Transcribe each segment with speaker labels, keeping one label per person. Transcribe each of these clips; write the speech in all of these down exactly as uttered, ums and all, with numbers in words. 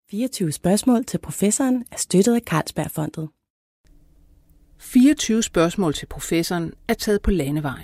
Speaker 1: fireogtyve spørgsmål til professoren er støttet af Carlsbergfondet.
Speaker 2: fireogtyve spørgsmål til professoren er taget på landevejen.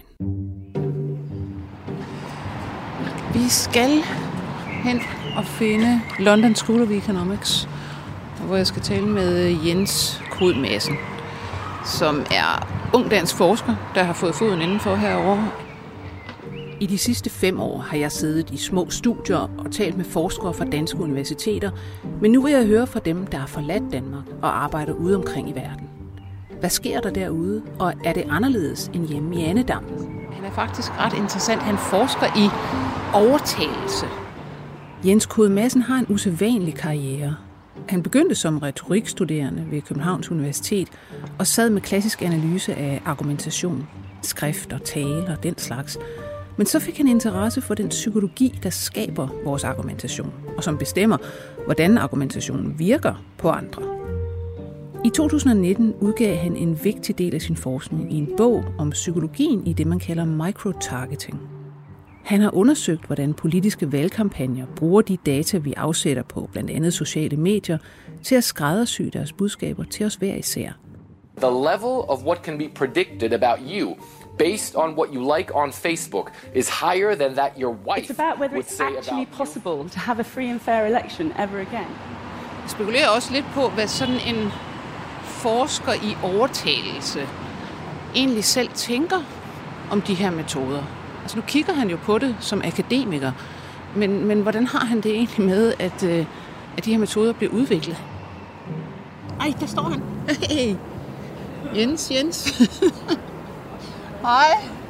Speaker 2: Vi skal hen og finde London School of Economics, hvor jeg skal tale med Jens Krud Madsen, som er ung dansk forsker, der har fået foden indenfor herovre. I de sidste fem år har jeg siddet i små studier og talt med forskere fra danske universiteter, men nu vil jeg høre fra dem, der har forladt Danmark og arbejder ude omkring i verden. Hvad sker der derude, og er det anderledes end hjemme i andedammen? Han er faktisk ret interessant. Han forsker i overtagelse. Jens Krud Madsen har en usædvanlig karriere. Han begyndte som retorikstuderende ved Københavns Universitet og sad med klassisk analyse af argumentation, skrift og tale og den slags. Men så fik han interesse for den psykologi, der skaber vores argumentation, og som bestemmer, hvordan argumentationen virker på andre. I to tusind og nitten udgav han en vigtig del af sin forskning i en bog om psykologien i det, man kalder microtargeting. Han har undersøgt, hvordan politiske valgkampagner bruger de data, vi afsætter på blandt andet sociale medier, til at skræddersy deres budskaber til os hver især.
Speaker 3: The level of what can be predicted about you based on what you like on Facebook is higher than that your wife
Speaker 4: it's about whether
Speaker 3: would
Speaker 4: it's
Speaker 3: say
Speaker 4: actually
Speaker 3: about
Speaker 4: possible to have a free and fair election ever again.
Speaker 2: Jeg spekulerer også lidt på, hvad sådan en forsker i overtagelse egentlig selv tænker om de her metoder. Altså nu kigger han jo på det som akademiker, men, men hvordan har han det egentlig med, at, øh, at de her metoder bliver udviklet? Ej, der står han. Hey. Jens, Jens. Hej.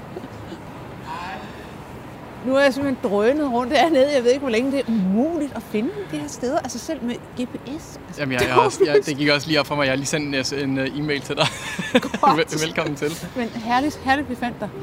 Speaker 2: Nu er jeg simpelthen drønet rundt dernede. Jeg ved ikke, hvor længe det er umuligt at finde de her steder. Altså selv med G P S. Altså,
Speaker 5: Jamen, jeg, jeg også, jeg, det gik også lige op for mig. Jeg har lige sendt en, en uh, e-mail til dig. Velkommen til.
Speaker 2: Men herligt, herligt, vi fandt dig.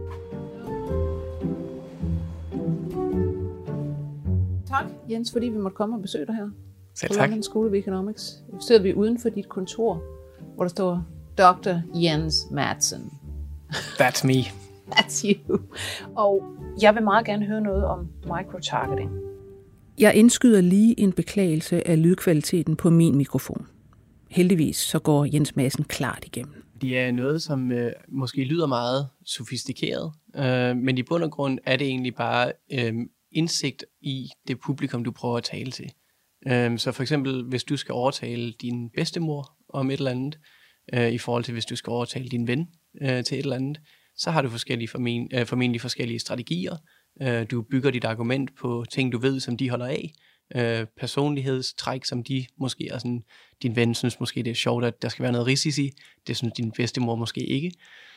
Speaker 2: Tak, Jens, fordi vi måtte komme og besøge dig her.
Speaker 5: Selv tak.
Speaker 2: London School of Economics. Nu sidder vi uden for dit kontor, hvor der står doktor Jens Madsen.
Speaker 5: That's me.
Speaker 2: That's you. Og jeg vil meget gerne høre noget om microtargeting.
Speaker 1: Jeg indskyder lige en beklagelse af lydkvaliteten på min mikrofon. Heldigvis så går Jens Madsen klart igennem.
Speaker 5: Det er noget, som øh, måske lyder meget sofistikeret, øh, men i bund og grund er det egentlig bare øh, indsigt i det publikum, du prøver at tale til. Øh, så for eksempel, hvis du skal overtale din bedstemor om et eller andet, øh, i forhold til hvis du skal overtale din ven øh, til et eller andet, så har du forskellige formen, øh, formentlig forskellige strategier. Øh, du bygger dit argument på ting, du ved, som de holder af. Øh, personlighedstræk, som de måske er sådan, din ven synes måske, det er sjovt, at der skal være noget risici. Det synes din bedstemor måske ikke.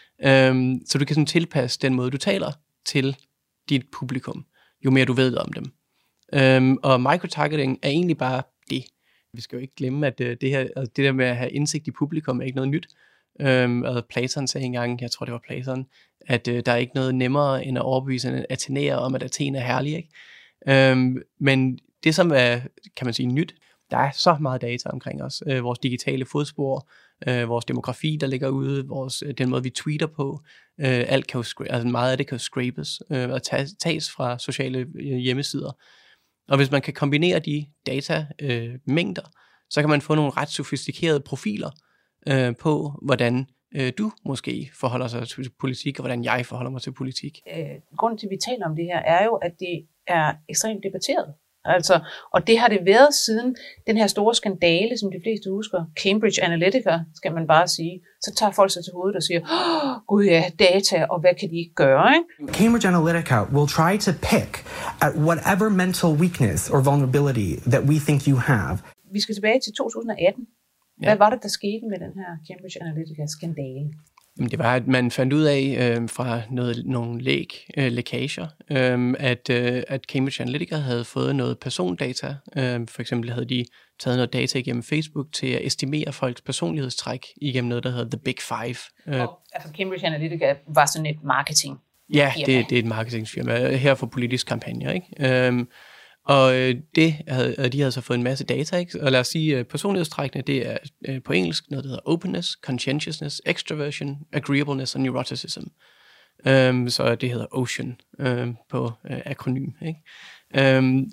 Speaker 5: Øh, så du kan sådan tilpasse den måde, du taler til dit publikum, jo mere du ved om dem. Øh, og microtargeting er egentlig bare det. Vi skal jo ikke glemme, at øh, det, her, altså det der med at have indsigt i publikum er ikke noget nyt. Øhm, og Platon sagde engang, jeg tror det var Platon, at øh, der er ikke noget nemmere end at overbevise en athenæer om, at Athen er herlig, ikke? Øhm, men det som er, kan man sige, nyt, der er så meget data omkring os. Øh, vores digitale fodspor, øh, vores demografi, der ligger ude, vores, øh, den måde vi tweeter på, øh, alt kan jo scra- altså meget af det kan jo scrapes øh, og tages, tages fra sociale øh, hjemmesider. Og hvis man kan kombinere de datamængder, øh, mængder, så kan man få nogle ret sofistikerede profiler øh, på, hvordan øh, du måske forholder sig til politik, og hvordan jeg forholder mig til politik.
Speaker 2: Øh, grunden til, at vi taler om det her, er jo, at det er ekstremt debatteret. Altså, og det har det været siden den her store skandale, som de fleste husker, Cambridge Analytica, skal man bare sige. Så tager folk sig til hovedet og siger, åh, gud ja, data, og hvad kan de ikke gøre, ikke?
Speaker 6: Cambridge Analytica will try to pick at whatever mental weakness or vulnerability that we think you have.
Speaker 2: Vi skal tilbage til to tusind og atten. Hvad var det, der skete med den her Cambridge Analytica-skandale?
Speaker 5: Det var, at man fandt ud af øh, fra noget, nogle læk, øh, lækager, øh, at, øh, at Cambridge Analytica havde fået noget persondata. Øh, for eksempel havde de taget noget data igennem Facebook til at estimere folks personlighedstræk igennem noget, der hedder The Big Five. Øh,
Speaker 2: Og, altså Cambridge Analytica var sådan et marketing.
Speaker 5: Ja, det, det er et marketingfirma her for politisk kampagne, ikke? Øh, Og det havde, de havde så fået en masse data, ikke? Og lad os sige, personlighedstrækkene, det er på engelsk noget, der hedder openness, conscientiousness, extroversion, agreeableness og neuroticism. Um, så det hedder OCEAN um, på uh, akronym, ikke? Um,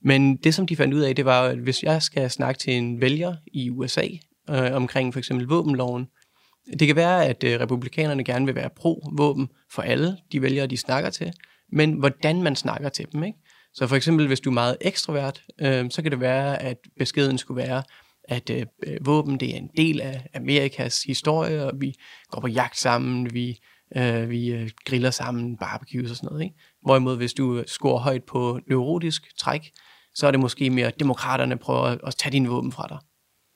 Speaker 5: Men det, som de fandt ud af, det var, at hvis jeg skal snakke til en vælger i U S A øh, omkring for eksempel våbenloven, det kan være, at øh, republikanerne gerne vil være pro-våben for alle de vælgere, de snakker til, men hvordan man snakker til dem, ikke? Så for eksempel, hvis du er meget ekstrovert, øh, så kan det være, at beskeden skulle være, at øh, våben, det er en del af Amerikas historie, og vi går på jagt sammen, vi, øh, vi øh, griller sammen, barbecues og sådan noget, ikke? Hvorimod, hvis du scorer højt på neurotisk træk, så er det måske mere, at demokraterne prøver at tage dine våben fra dig.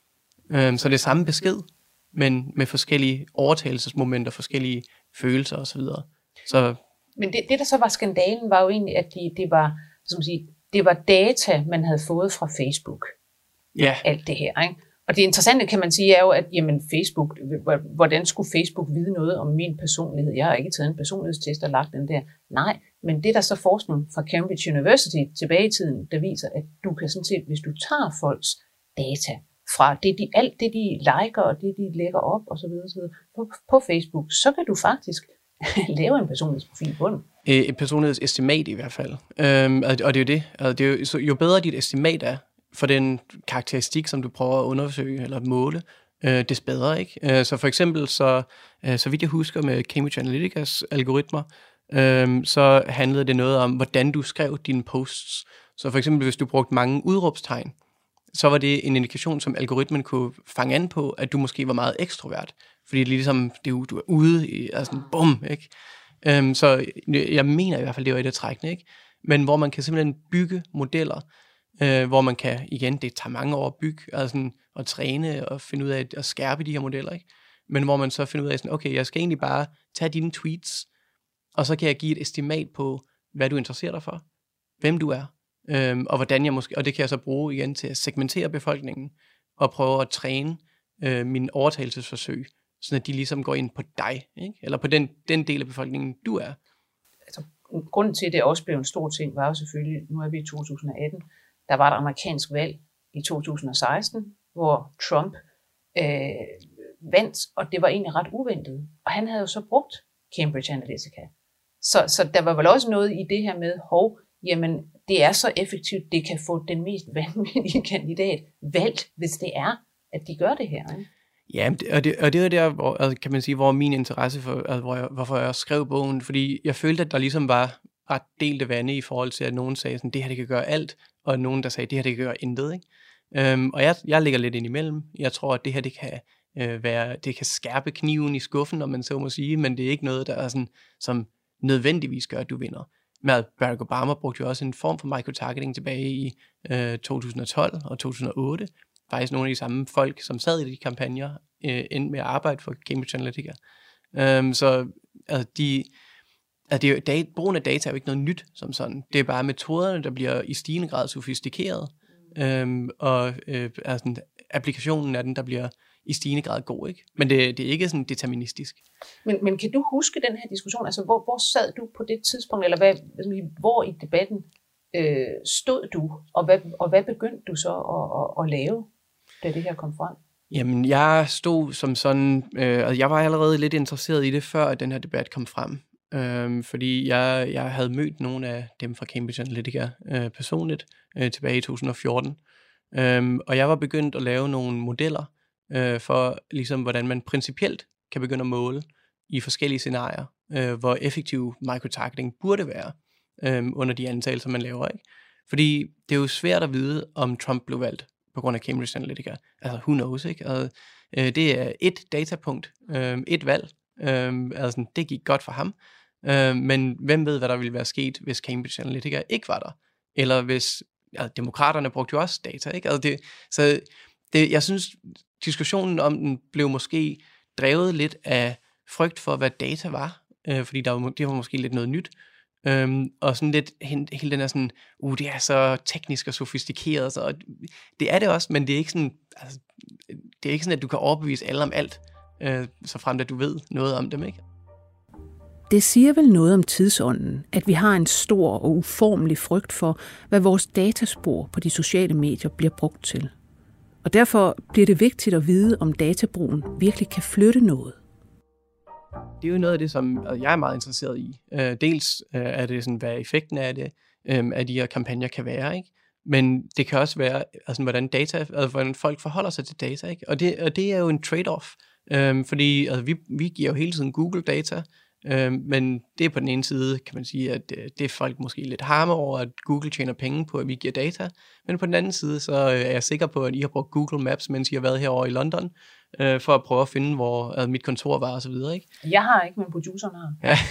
Speaker 5: Øh, så det er samme besked, men med forskellige overtagelsesmomenter, forskellige følelser osv. Så
Speaker 2: Men det, det, der så var skandalen, var jo egentlig, at de, det, var, som man siger, det var data, man havde fået fra Facebook.
Speaker 5: Ja.
Speaker 2: Alt det her, ikke? Og det interessante, kan man sige, er jo, at jamen, Facebook, hvordan skulle Facebook vide noget om min personlighed? Jeg har ikke taget en personlighedstest og lagt den der. Nej, men det er der så forskning fra Cambridge University tilbage i tiden, der viser, at du kan sådan set, hvis du tager folks data fra det, de, alt det, de liker og det, de lægger op og så videre, så videre på, på Facebook, så kan du faktisk lave en personlighedsprofil på den.
Speaker 5: Et personlighedsestimat i hvert fald. Øhm, og det er jo det. Altså, det er jo, så jo bedre dit estimat er for den karakteristik, som du prøver at undersøge eller måle, øh, des bedre, ikke? Øh, så for eksempel, så, øh, så vidt jeg husker med Cambridge Analyticas algoritmer, øh, så handlede det noget om, hvordan du skrev dine posts. Så for eksempel, hvis du brugte mange udråbstegn, så var det en indikation, som algoritmen kunne fange an på, at du måske var meget ekstrovert. Fordi det er ligesom, det, du er ude i, altså bum, ikke? Um, så jeg mener i hvert fald, det var et af trækkene, ikke? Men hvor man kan simpelthen bygge modeller, uh, hvor man kan, igen, det tager mange år at bygge, altså at træne og finde ud af at skærpe de her modeller, ikke? Men hvor man så finder ud af, sådan, okay, jeg skal egentlig bare tage dine tweets, og så kan jeg give et estimat på, hvad du interesserer dig for, hvem du er, um, og hvordan jeg måske, og det kan jeg så bruge igen til at segmentere befolkningen, og prøve at træne uh, mine overtagelsesforsøg, sådan at de ligesom går ind på dig, ikke? Eller på den, den del af befolkningen, du er.
Speaker 2: Altså, grunden til, at det også blev en stor ting, var jo selvfølgelig, nu er vi i to tusind atten, der var et amerikansk valg i to tusind seksten, hvor Trump øh, vandt, og det var egentlig ret uventet. Og han havde jo så brugt Cambridge Analytica. Så, så der var vel også noget i det her med, hov, jamen, det er så effektivt, det kan få den mest vanvittige kandidat valgt, hvis det er, at de gør det her, ikke?
Speaker 5: Ja, og det, og det er der, hvor, altså, kan man sige, hvor min interesse for, altså, hvor jeg, hvorfor jeg skrev bogen, fordi jeg følte, at der ligesom var ret delte vande i forhold til, at nogen sagde sådan, det her, det kan gøre alt, og nogen, der sagde, det her, det kan gøre intet, ikke? Um, og jeg, jeg ligger lidt ind imellem. Jeg tror, at det her, det kan øh, være, det kan skærpe kniven i skuffen, om man så må sige, men det er ikke noget, der er sådan, som nødvendigvis gør, at du vinder. Men Barack Obama brugte jo også en form for microtargeting tilbage i øh, to tusind og tolv og to tusind og otte, faktisk nogle af de samme folk, som sad i de kampagner, øh, endte med at arbejde for Cambridge Analytica. Um, så altså, de, altså, det er jo, dat, brugen af data er jo ikke noget nyt som sådan. Det er bare metoderne, der bliver i stigende grad sofistikeret, um, og øh, altså, applikationen af den, der bliver i stigende grad god, ikke? Men det, det er ikke sådan deterministisk.
Speaker 2: Men, men kan du huske den her diskussion? Altså, hvor, hvor sad du på det tidspunkt, eller hvad, hvor i debatten øh, stod du, og hvad, og hvad begyndte du så at, at, at lave, da det her kom frem?
Speaker 5: Jamen, jeg stod som sådan, øh, altså jeg var allerede lidt interesseret i det, før at den her debat kom frem. Øh, fordi jeg, jeg havde mødt nogle af dem fra Cambridge Analytica øh, personligt øh, tilbage i to tusind og fjorten. Øh, og jeg var begyndt at lave nogle modeller øh, for, ligesom, hvordan man principielt kan begynde at måle i forskellige scenarier, øh, hvor effektiv microtargeting burde være øh, under de antagelser, man laver, ikke? Fordi det er jo svært at vide, om Trump blev valgt på grund af Cambridge Analytica. Altså, who knows, ikke? Altså, øh, det er et datapunkt, øh, et valg. Øh, altså, det gik godt for ham. Øh, men hvem ved, hvad der ville være sket, hvis Cambridge Analytica ikke var der? Eller hvis, altså, demokraterne brugte jo også data, ikke? Altså, det, så det, jeg synes, diskussionen om den blev måske drevet lidt af frygt for, hvad data var. Øh, fordi der var, det var måske lidt noget nyt. Øhm, og sådan lidt, hele den er sådan, uh, det er så teknisk og sofistikeret, så det er det også, men det er ikke sådan, altså, det er ikke sådan, at du kan overbevise alle om alt, øh, så frem at du ved noget om dem, ikke?
Speaker 1: Det siger vel noget om tidsånden, at vi har en stor og uformelig frygt for, hvad vores dataspor på de sociale medier bliver brugt til. Og derfor bliver det vigtigt at vide, om databrugen virkelig kan flytte noget.
Speaker 5: Det er jo noget af det, som jeg er meget interesseret i. Uh, dels uh, er det sådan, hvad effekten af det, um, af de her kampagner kan være, ikke? Men det kan også være, altså, hvordan, data, altså, hvordan folk forholder sig til data, ikke? Og, det, og det er jo en trade-off, øhm, fordi altså, vi, vi giver jo hele tiden Google data, øhm, men det er på den ene side, kan man sige, at øh, det er folk måske lidt harme over, at Google tjener penge på, at vi giver data, men på den anden side, så øh, er jeg sikker på, at I har brugt Google Maps, mens I har været herovre i London, øh, for at prøve at finde, hvor altså, mit kontor var og så videre, ikke?
Speaker 2: Jeg har ikke, men produceren har.
Speaker 5: Ja.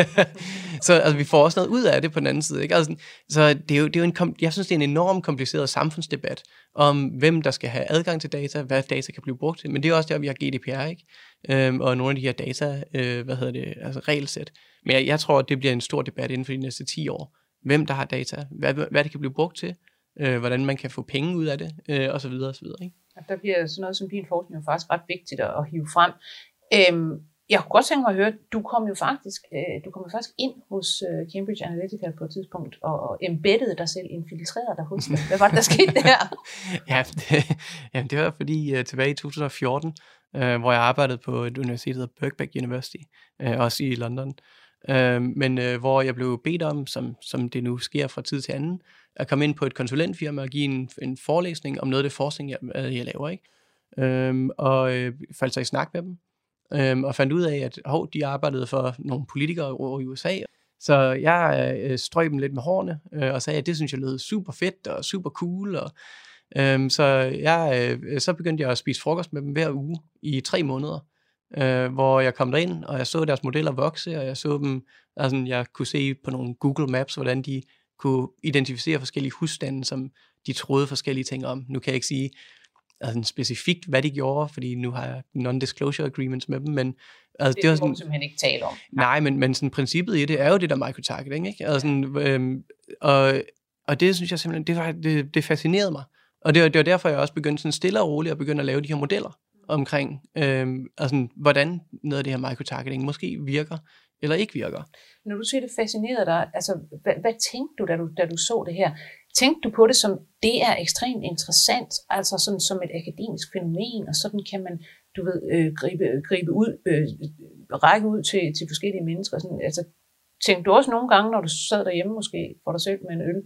Speaker 5: Så altså, vi får også noget ud af det på den anden side, ikke? Altså, så det er jo, det er jo en kom- jeg synes, det er en enormt kompliceret samfundsdebat om, hvem der skal have adgang til data, hvad data kan blive brugt til, men det er også der, vi har G D P R, ikke? Øhm, og nogle af de her data, øh, hvad hedder det, altså regelsæt. Men jeg, jeg tror, at det bliver en stor debat inden for de næste ti år. Hvem der har data, hvad, hvad det kan blive brugt til, øh, hvordan man kan få penge ud af det, øh, og så videre, og så videre, ikke?
Speaker 2: Der bliver sådan noget som din forskning jo faktisk ret vigtigt at, at hive frem. Øhm, jeg kunne godt tænke mig at høre, du kom jo faktisk, øh, du kom jo faktisk ind hos øh, Cambridge Analytica på et tidspunkt, og, og embeddede dig selv, infiltrerede dig hos dig. Hvad var det, der skete der?
Speaker 5: ja, det, jamen, det var fordi uh, tilbage i to tusind og fjorten, uh, hvor jeg arbejdede på et universitet, der hedder Birkbeck University, uh, også i London. Uh, men uh, hvor jeg blev bedt om, som, som det nu sker fra tid til anden, at komme ind på et konsulentfirma og give en, en forelæsning om noget af det forskning, jeg, jeg laver, ikke? Uh, og uh, faldt så i snak med dem. Øhm, og fandt ud af, at hov, de arbejdede for nogle politikere over i U S A. Så jeg øh, strøg dem lidt med hårene, øh, og sagde, at det synes jeg lød super fedt og super cool. Og, øhm, så, jeg, øh, så begyndte jeg at spise frokost med dem hver uge i tre måneder, øh, hvor jeg kom derind, og jeg så deres modeller vokse, og jeg så dem, altså jeg kunne se på nogle Google Maps, hvordan de kunne identificere forskellige husstande, som de troede forskellige ting om. Nu kan jeg ikke sige, altså specifikt, hvad de gjorde, fordi nu har jeg non-disclosure agreements med dem, men altså,
Speaker 2: det,
Speaker 5: det var
Speaker 2: sådan,
Speaker 5: sådan,
Speaker 2: simpelthen ikke tale om.
Speaker 5: Nej, men, men sådan, princippet i det er jo det der microtargeting, ikke? Altså, sådan, øhm, og, og det synes jeg simpelthen, det, var, det, det fascinerede mig. Og det var, det var derfor, jeg også begyndte sådan stille og roligt at begynde at lave de her modeller omkring, øhm, altså, hvordan noget af det her microtargeting måske virker, eller ikke virker.
Speaker 2: Når du siger, det fascinerede dig, altså, hvad, hvad tænkte du da, du, da du så det her? Tænkte du på det som, det er ekstremt interessant, altså sådan som et akademisk fænomen, og sådan kan man, du ved, øh, gribe, gribe ud, øh, række ud til, til forskellige mennesker. Sådan, altså, tænkte du også nogle gange, når du sad derhjemme måske for dig selv med en øl,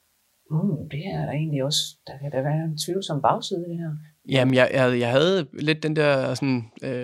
Speaker 2: mm, det her er egentlig også, der kan der være en tvivlsom bagside i det her?
Speaker 5: Jamen, jeg, jeg, jeg havde lidt den der, sådan, øh,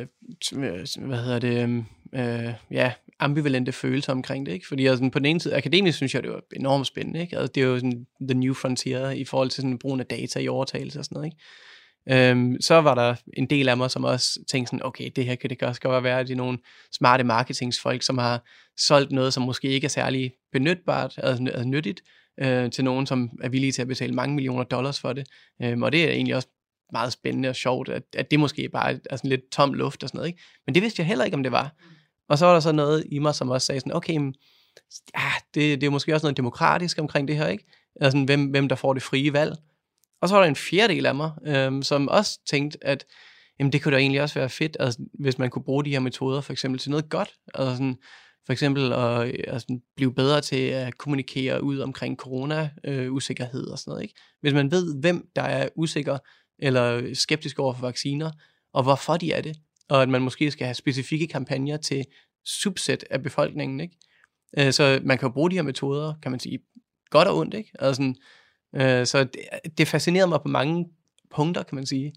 Speaker 5: hvad hedder det, øh, ja, ambivalente følelser omkring det, ikke? Fordi altså, på den ene side, akademisk synes jeg, det var enormt spændende, ikke? Altså, det er jo sådan the new frontier i forhold til sådan brugen af data i overtagelse og sådan noget, ikke? Øhm, så var der en del af mig, som også tænkte sådan, okay, det her kan det også godt være, at det er nogle smarte marketingsfolk, som har solgt noget, som måske ikke er særlig benytbart, altså, altså nyttigt, øh, til nogen, som er villige til at betale mange millioner dollars for det. Øhm, og det er egentlig også meget spændende og sjovt, at, at det måske bare er sådan lidt tom luft og sådan noget, ikke? Men det vidste jeg heller ikke, om det var. Og så var der så noget i mig, som også sagde sådan, okay, ja, det, det er måske også noget demokratisk omkring det her, ikke? Altså, hvem, hvem der får det frie valg. Og så var der en fjerdedel af mig, øhm, som også tænkte, at jamen, det kunne da egentlig også være fedt, altså, hvis man kunne bruge de her metoder for eksempel til noget godt. Altså sådan, for eksempel at altså, blive bedre til at kommunikere ud omkring corona-usikkerhed øh, og sådan noget, ikke? Hvis man ved, hvem der er usikker eller skeptisk over for vacciner, og hvorfor de er det, og at man måske skal have specifikke kampagner til subset af befolkningen, ikke? Øh, så man kan jo bruge de her metoder, kan man sige, godt og ondt, ikke? Altså sådan, øh, så det, det fascinerede mig på mange punkter, kan man sige.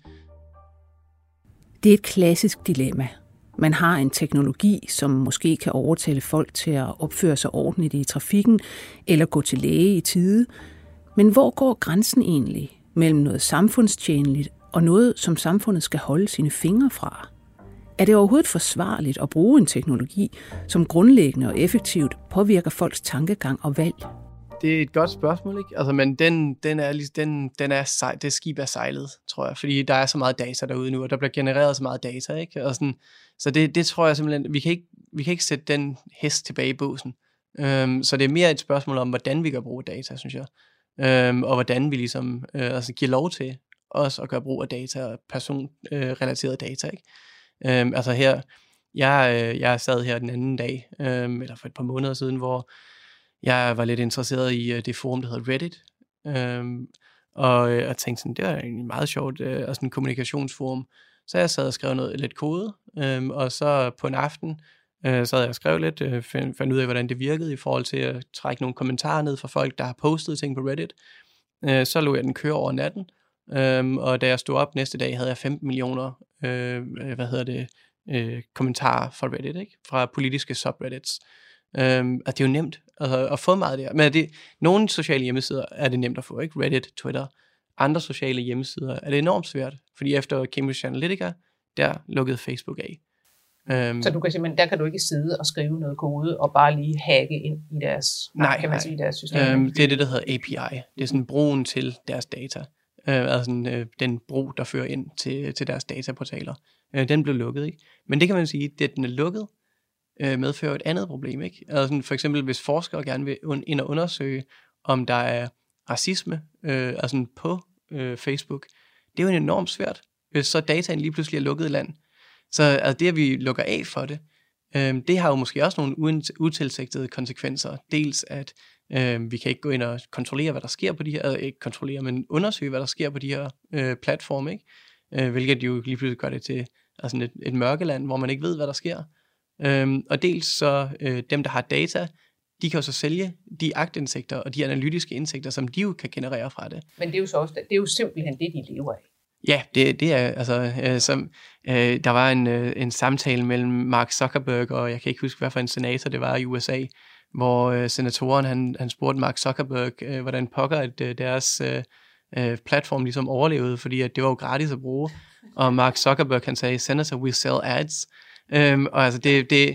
Speaker 1: Det er et klassisk dilemma. Man har en teknologi, som måske kan overtale folk til at opføre sig ordentligt i trafikken, eller gå til læge i tide. Men hvor går grænsen egentlig mellem noget samfundstjenligt og noget, som samfundet skal holde sine fingre fra? Er det overhovedet forsvarligt at bruge en teknologi, som grundlæggende og effektivt påvirker folks tankegang og valg?
Speaker 5: Det er et godt spørgsmål, ikke? Altså, men den, den er, den, den er sej, det skib er sejlet, tror jeg, fordi der er så meget data derude nu, og der bliver genereret så meget data, ikke? Og sådan, så det, det tror jeg simpelthen, vi kan ikke, vi kan ikke sætte den hest tilbage i båsen. Um, så det er mere et spørgsmål om, hvordan vi kan bruge data, synes jeg, um, og hvordan vi ligesom uh, altså giver lov til os at gøre brug af data og personrelaterede uh, data, ikke? Um, altså her, jeg, uh, jeg sad her den anden dag, um, eller for et par måneder siden, hvor jeg var lidt interesseret i uh, det forum, der hedder Reddit, um, og, uh, og tænkte sådan, det var egentlig meget sjovt, uh, og sådan et kommunikationsforum. Så jeg sad og skrev noget lidt kode, um, og så på en aften, uh, så havde jeg skrevet lidt, uh, fandt, fandt ud af, hvordan det virkede i forhold til at trække nogle kommentarer ned fra folk, der har postet ting på Reddit. øh, så lå jeg den køre over natten, øh, og da jeg stod op næste dag, havde jeg femten millioner øh, hvad hedder det, øh, kommentarer fra Reddit, ikke? Fra politiske subreddits. Øh, og det er jo nemt altså, at få meget der. Men det, nogle sociale hjemmesider er det nemt at få, ikke? Reddit, Twitter. Andre sociale hjemmesider er det enormt svært, fordi efter Cambridge Analytica, der lukkede Facebook af.
Speaker 7: Um, så du kan simpelthen, der kan du ikke sidde og skrive noget kode og bare lige hacke ind i deres,
Speaker 5: nej,
Speaker 7: kan man
Speaker 5: nej.
Speaker 7: sige, deres system? Um,
Speaker 5: det er det, der hedder A P I. Det er sådan broen til deres data. Uh, altså sådan, uh, den bro, der fører ind til, til deres dataportaler. Uh, den blev lukket, ikke? Men det kan man sige, det den er lukket, uh, medfører et andet problem, ikke? Altså sådan, for eksempel, hvis forskere gerne vil un- ind og undersøge, om der er racisme uh, altså på uh, Facebook, det er jo enormt svært, hvis så dataen lige pludselig er lukket i land. Så altså det, at vi lukker af for det, øh, det har jo måske også nogle utilsigtede konsekvenser. Dels at øh, vi kan ikke gå ind og kontrollere, hvad der sker på de her, ikke kontrollere, men undersøge, hvad der sker på de her øh, platforme, ikke? Øh, hvilket jo lige pludselig gør det til altså et, et mørkeland, hvor man ikke ved, hvad der sker. Øh, og dels så øh, dem, der har data, de kan jo så sælge de aktindsigter og de analytiske indsigter, som de jo kan generere fra det.
Speaker 7: Men det er jo så også, det er jo simpelthen det, de lever af.
Speaker 5: Ja, det, det er altså, øh, som, øh, der var en, øh, en samtale mellem Mark Zuckerberg og jeg kan ikke huske, hvad for en senator det var i U S A, hvor øh, senatoren han, han spurgte Mark Zuckerberg, øh, hvordan pokker at øh, deres øh, øh, platform ligesom overlevede, fordi at det var jo gratis at bruge, og Mark Zuckerberg han sagde, Senator, we sell ads, øhm, og altså det, det,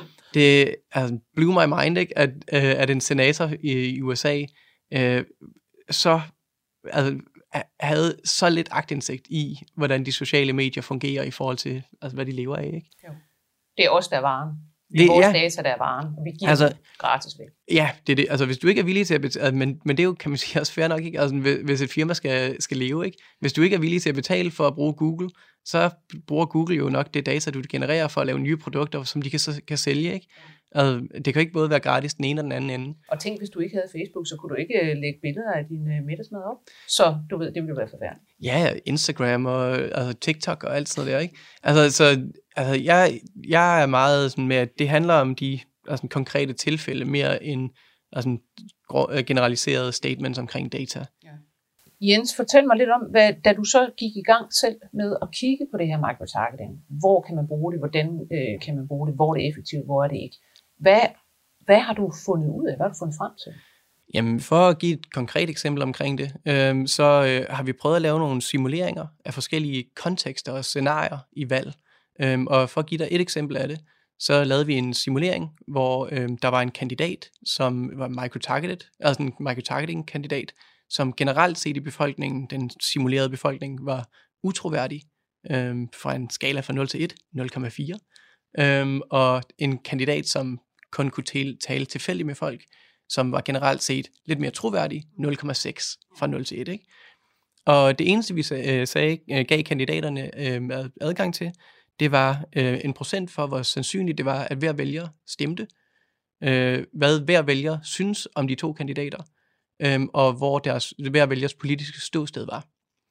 Speaker 5: det altså, blew my mind, ikke? At, øh, at en senator i, i U S A øh, så altså havde så lidt aktindsigt i, hvordan de sociale medier fungerer i forhold til, altså hvad de lever af, ikke?
Speaker 7: Jo. Det er os, der er varen. Det er det, vores ja. data, der er varen, og vi giver altså, dem gratis væk.
Speaker 5: Ja, det er det. Altså hvis du ikke er villig til at betale, men, men det er jo, kan man sige, også fair nok, ikke? Altså hvis et firma skal, skal leve, ikke? Hvis du ikke er villig til at betale for at bruge Google, så bruger Google jo nok det data, du genererer for at lave nye produkter, som de kan, kan sælge, ikke? Altså, det kan ikke både være gratis den ene og den anden ende.
Speaker 7: Og tænk, hvis du ikke havde Facebook, så kunne du ikke lægge billeder af din uh, middagsmad op. Så du ved, det ville være forfærdeligt.
Speaker 5: Ja, Instagram og altså, TikTok og alt sådan noget der, ikke? Altså, så, altså jeg, jeg er meget sådan med, at det handler om de altså, konkrete tilfælde, mere end altså, generaliserede statements omkring data.
Speaker 7: Ja. Jens, fortæl mig lidt om, hvad, da du så gik i gang selv med at kigge på det her microtargeting. Hvor kan man bruge det? Hvordan øh, kan man bruge det? Hvor er det effektivt? Hvor er det ikke? Hvad, hvad har du fundet ud af? Hvad har du fundet frem til?
Speaker 5: Jamen, for at give et konkret eksempel omkring det, øh, så øh, har vi prøvet at lave nogle simuleringer af forskellige kontekster og scenarier i valg. Øh, og for at give dig et eksempel af det, så lavede vi en simulering, hvor øh, der var en kandidat, som var microtargeted, altså en microtargeting-kandidat, som generelt set i befolkningen, den simulerede befolkning, var utroværdig øh, fra en skala fra nul til et, nul komma fire. Øh, og en kandidat, som kun kunne tale, tale tilfældigt med folk, som var generelt set lidt mere troværdig, nul komma seks fra nul til et. Ikke? Og det eneste, vi sag, sagde, gav kandidaterne øh, adgang til, det var øh, en procent for, hvor sandsynligt det var, at hver vælger stemte, øh, hvad hver vælger synes om de to kandidater, øh, og hvor deres, hver vælgers politiske ståsted var.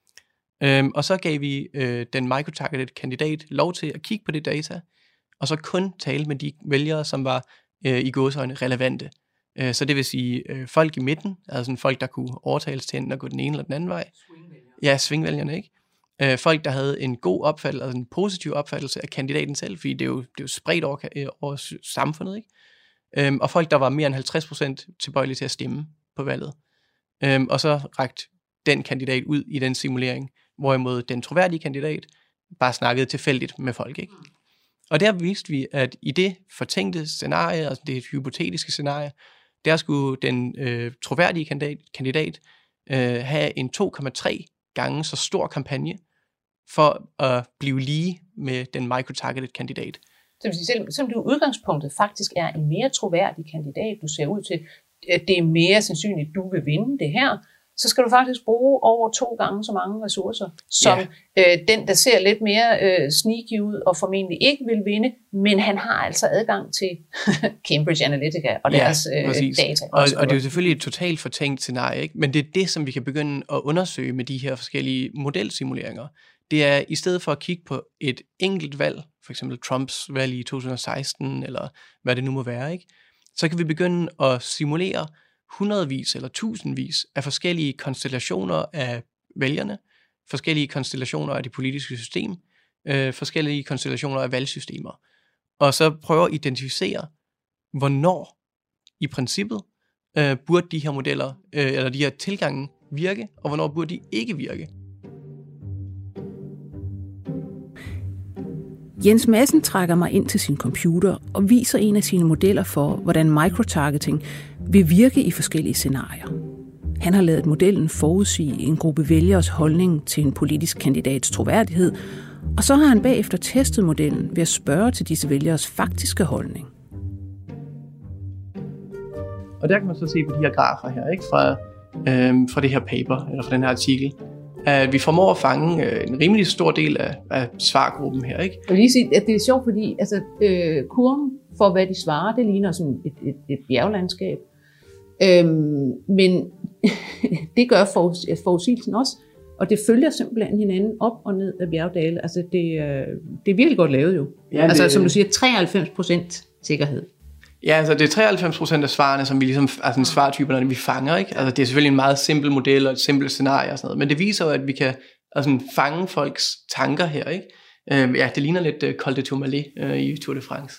Speaker 5: Øh, og så gav vi øh, den microtargeted kandidat lov til at kigge på det data, og så kun tale med de vælgere, som var øh, i gåseøjne relevante. Øh, så det vil sige øh, folk i midten, altså sådan folk, der kunne overtales til enten at gå den ene eller den anden vej. Svingvælgerne. Ja, svingvælgerne, ikke? Øh, folk, der havde en god opfattelse, altså en positiv opfattelse af kandidaten selv, fordi det er jo, det er jo spredt over, over samfundet, ikke? Øh, og folk, der var mere end halvtreds procent tilbøjelige til at stemme på valget. Øh, og så rakte den kandidat ud i den simulering, hvorimod den troværdige kandidat bare snakkede tilfældigt med folk, ikke? Og der viste vi, at i det fortænkte scenarie, altså det hypotetiske scenarie, der skulle den øh, troværdige kandidat, kandidat øh, have en to komma tre gange så stor kampagne for at blive lige med den microtargeted kandidat.
Speaker 7: Så vil sige, selv, selvom du i udgangspunktet faktisk er en mere troværdig kandidat, du ser ud til, at det er mere sandsynligt, at du vil vinde det her, så skal du faktisk bruge over to gange så mange ressourcer, som ja. øh, den, der ser lidt mere øh, sneaky ud og formentlig ikke vil vinde, men han har altså adgang til Cambridge Analytica og deres ja, øh, data.
Speaker 5: Og, og det er jo selvfølgelig et totalt fortænkt scenarie, ikke? Men det er det, som vi kan begynde at undersøge med de her forskellige modelsimuleringer. Det er i stedet for at kigge på et enkelt valg, for eksempel Trumps valg i to tusind og seksten, eller hvad det nu må være, ikke? Så kan vi begynde at simulere hundredvis eller tusindvis af forskellige konstellationer af vælgerne, forskellige konstellationer af det politiske system, øh, forskellige konstellationer af valgsystemer, og så prøve at identificere, hvornår i princippet øh, burde de her modeller, øh, eller de her tilgange virke, og hvornår burde de ikke virke.
Speaker 1: Jens Madsen trækker mig ind til sin computer og viser en af sine modeller for, hvordan microtargeting vil virke i forskellige scenarier. Han har ladet modellen forudsige en gruppe vælgeres holdning til en politisk kandidats troværdighed, og så har han bagefter testet modellen ved at spørge til disse vælgeres faktiske holdning.
Speaker 5: Og der kan man så se på de her grafer her, ikke? Fra, øhm, fra det her paper, eller fra den her artikel, at vi formår at fange øh, en rimelig stor del af, af svargruppen her, ikke?
Speaker 7: Jeg vil lige sige, at det er sjovt, fordi altså, øh, kurven for, hvad de svarer, det ligner sådan et, et, et bjerglandskab. Øhm, men det gør forudsigelsen også, og det følger simpelthen hinanden op og ned af bjergdale. Altså, det, øh, det er virkelig godt lavet jo. Ja, altså, det, som du siger, treoghalvfems procent sikkerhed.
Speaker 5: Ja, altså det er treoghalvfems procent af svarene, som vi ligesom, altså svartyperne, vi fanger, ikke? Altså det er selvfølgelig en meget simpel model og et simpelt scenarie og sådan noget, men det viser jo, at vi kan altså, fange folks tanker her, ikke? Øh, ja, det ligner lidt uh, Col de Tourmalet uh, i Tour de France.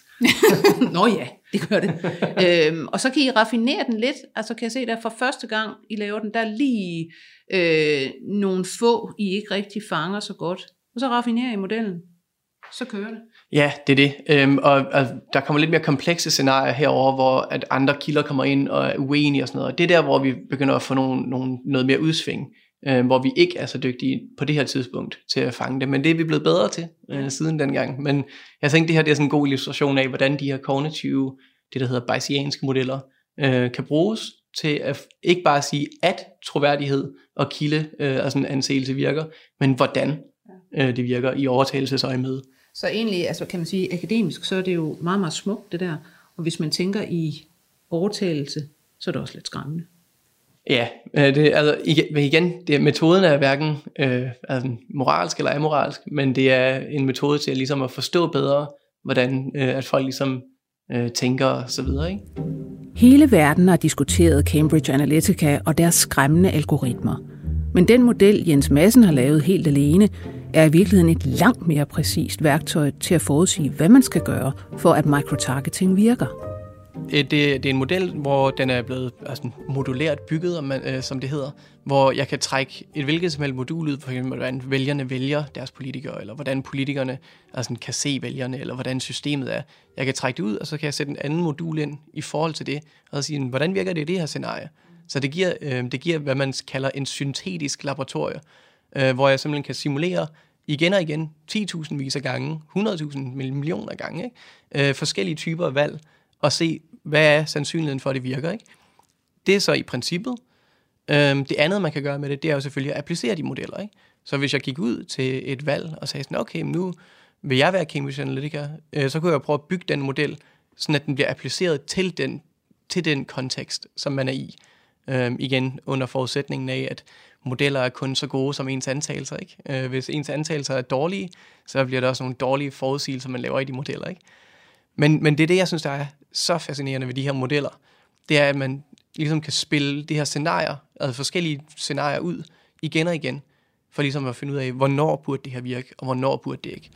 Speaker 2: Nå ja, det gør det. øhm, og så kan I raffinere den lidt, altså kan jeg se, der for første gang I laver den, der er lige øh, nogle få, I ikke rigtig fanger så godt, og så raffinerer I modellen. Så kører det.
Speaker 5: Ja, det er det. Øhm, og, og der kommer lidt mere komplekse scenarier herover, hvor at andre kilder kommer ind og er uenige og sådan noget. Og det er der, hvor vi begynder at få nogle, nogle, noget mere udsving, øh, hvor vi ikke er så dygtige på det her tidspunkt til at fange det. Men det er vi blevet bedre til øh, siden dengang. Men jeg tænker, det her det er sådan en god illustration af, hvordan de her kognitive, det der hedder bayesianske modeller, øh, kan bruges til at ikke bare sige, at troværdighed og kilde, øh, altså en anseelse virker, men hvordan øh, det virker i overtagelsesøje med.
Speaker 2: Så egentlig, altså kan man sige, akademisk, så er det jo meget, meget smukt det der. Og hvis man tænker i overtagelse, så er det også lidt skræmmende.
Speaker 5: Ja, det, altså igen, det, metoden er hverken øh, altså, moralsk eller amoralsk, men det er en metode til ligesom at forstå bedre, hvordan øh, at folk ligesom øh, tænker og så videre, ikke?
Speaker 1: Hele verden har diskuteret Cambridge Analytica og deres skræmmende algoritmer. Men den model, Jens Madsen har lavet helt alene, er i virkeligheden et langt mere præcist værktøj til at forudsige, hvad man skal gøre, for at microtargeting virker.
Speaker 5: Det, det er en model, hvor den er blevet altså, modulært bygget, om man, øh, som det hedder, hvor jeg kan trække et hvilket som helst modul ud, for eksempel hvordan vælgerne vælger deres politikere, eller hvordan politikerne altså, kan se vælgerne, eller hvordan systemet er. Jeg kan trække det ud, og så kan jeg sætte en anden modul ind i forhold til det, og sige, hvordan virker det i det her scenarie? Så det giver, øh, det giver hvad man kalder en syntetisk laboratorie, øh, hvor jeg simpelthen kan simulere igen og igen, ti tusind vis af gange, hundrede tusind millioner af gange, ikke? Øh, forskellige typer af valg, og se, hvad er sandsynligheden for, at det virker, ikke? Det er så i princippet. Øhm, det andet, man kan gøre med det, det er jo selvfølgelig at applicere de modeller, ikke? Så hvis jeg gik ud til et valg og sagde sådan, okay, nu vil jeg være Cambridge Analytica, øh, så kunne jeg prøve at bygge den model, sådan at den bliver appliceret til den, til den kontekst, som man er i. Øhm, igen, under forudsætningen af, at modeller er kun så gode som ens antagelser, ikke? Øh, hvis ens antagelser er dårlige, så bliver der også nogle dårlige forudsigelser, man laver i de modeller, ikke? Men, men det er det, jeg synes, der er så fascinerende ved de her modeller. Det er, at man ligesom kan spille de her scenarier, altså forskellige scenarier ud, igen og igen, for ligesom at finde ud af, hvornår burde det her virke, og hvornår burde det ikke.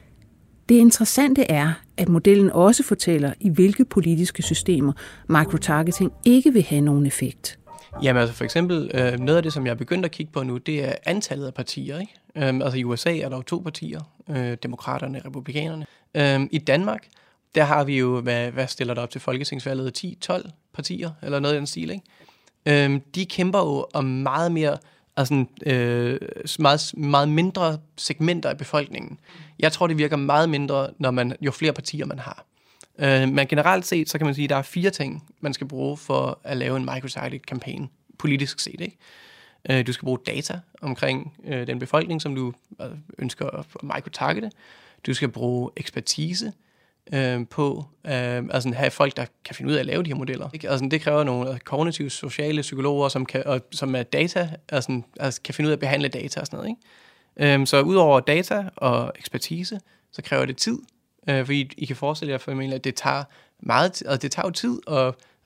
Speaker 1: Det interessante er, at modellen også fortæller, i hvilke politiske systemer microtargeting ikke vil have nogen effekt.
Speaker 5: Jamen altså for eksempel, øh, noget af det, som jeg er begyndt at kigge på nu, det er antallet af partier, ikke? Øhm, altså i U S A er der jo to partier, øh, demokraterne og republikanerne. Øhm, I Danmark, der har vi jo, hvad, hvad stiller der op til folketingsvalget, ti tolv partier, eller noget i den stil, ikke? Øhm, de kæmper jo om meget mere, altså øh, meget, meget mindre segmenter af befolkningen. Jeg tror, det virker meget mindre, når man, jo flere partier man har. Øh, men generelt set, så kan man sige, at der er fire ting, man skal bruge for at lave en microtargeted kampagne, politisk set, ikke? Øh, du skal bruge data omkring øh, den befolkning, som du øh, ønsker at microtargete. Du skal bruge ekspertise øh, på øh, altså have folk, der kan finde ud af at lave de her modeller. Ikke? Altså, det kræver nogle kognitive, sociale psykologer, som, kan, og, som er data, altså, altså kan finde ud af at behandle data og sådan noget. Ikke? Øh, så udover data og ekspertise, så kræver det tid. Øh, fordi I kan forestille jer, for at det tager meget, altså det tager jo tid at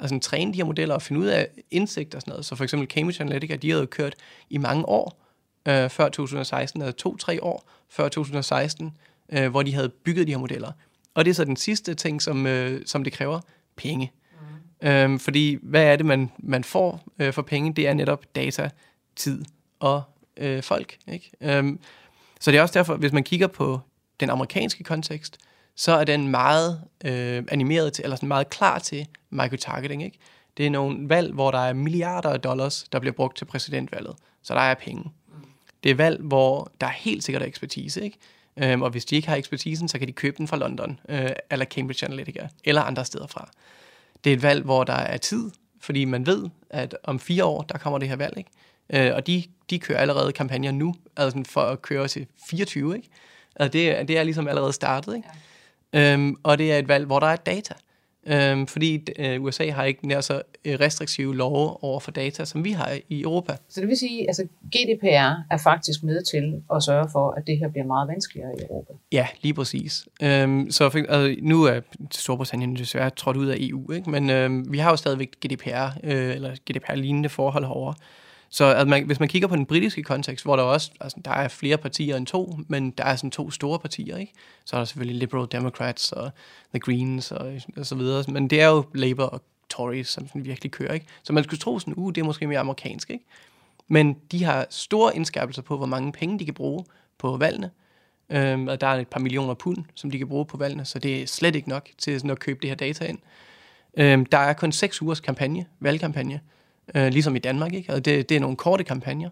Speaker 5: altså træne de her modeller og finde ud af indsigt og sådan noget. Så for eksempel Cambridge Analytica, de havde jo kørt i mange år, øh, før to tusind og seksten, altså to-tre år før to tusind og seksten, øh, hvor de havde bygget de her modeller. Og det er så den sidste ting, som, øh, som det kræver, penge. Mm. Øhm, fordi hvad er det, man, man får øh, for penge? Det er netop data, tid og øh, folk. Ikke? Øhm, så det er også derfor, hvis man kigger på den amerikanske kontekst, så er den meget øh, animeret til, eller sådan meget klar til microtargeting. Ikke? Det er nogle valg, hvor der er milliarder af dollars, der bliver brugt til præsidentvalget. Så der er penge. Mm. Det er valg, hvor der er helt sikkert ekspertise, ikke? Øhm, og hvis de ikke har ekspertisen, så kan de købe den fra London, øh, eller Cambridge Analytica, eller andre steder fra. Det er et valg, hvor der er tid, fordi man ved, at om fire år, der kommer det her valg, ikke? Øh, og de, de kører allerede kampagner nu, altså for at køre til fireogtyve, ikke? Altså det, det er ligesom allerede startet, ikke? Ja. Øhm, og det er et valg, hvor der er data. Øhm, fordi øh, U S A har ikke nær så restriktive love over for data, som vi har i Europa.
Speaker 7: Så det vil sige, at altså, G D P R er faktisk med til at sørge for, at det her bliver meget vanskeligere i Europa.
Speaker 5: Ja, lige præcis. Øhm, så for, altså, nu er Storbritannien desværre trådt ud af E U, ikke? Men øhm, vi har jo stadigvæk G D P R, øh, eller G D P R-lignende forhold herovre. Så altså, man, hvis man kigger på den britiske kontekst, hvor der også, altså, der er flere partier end to, men der er sådan to store partier, ikke? Så er der selvfølgelig Liberal Democrats og The Greens og, og så videre. Men det er jo Labour og Tories, som sådan virkelig kører, ikke? Så man skulle tro sådan, uh, det er måske mere amerikansk, ikke? Men de har store indskærpelser på, hvor mange penge de kan bruge på valgene. Øhm, og der er et par millioner pund, som de kan bruge på valgene, så det er slet ikke nok til sådan at købe det her data ind. Øhm, der er kun seks ugers kampagne, valgkampagne, øh, ligesom i Danmark, ikke? Altså det, det er nogle korte kampagner.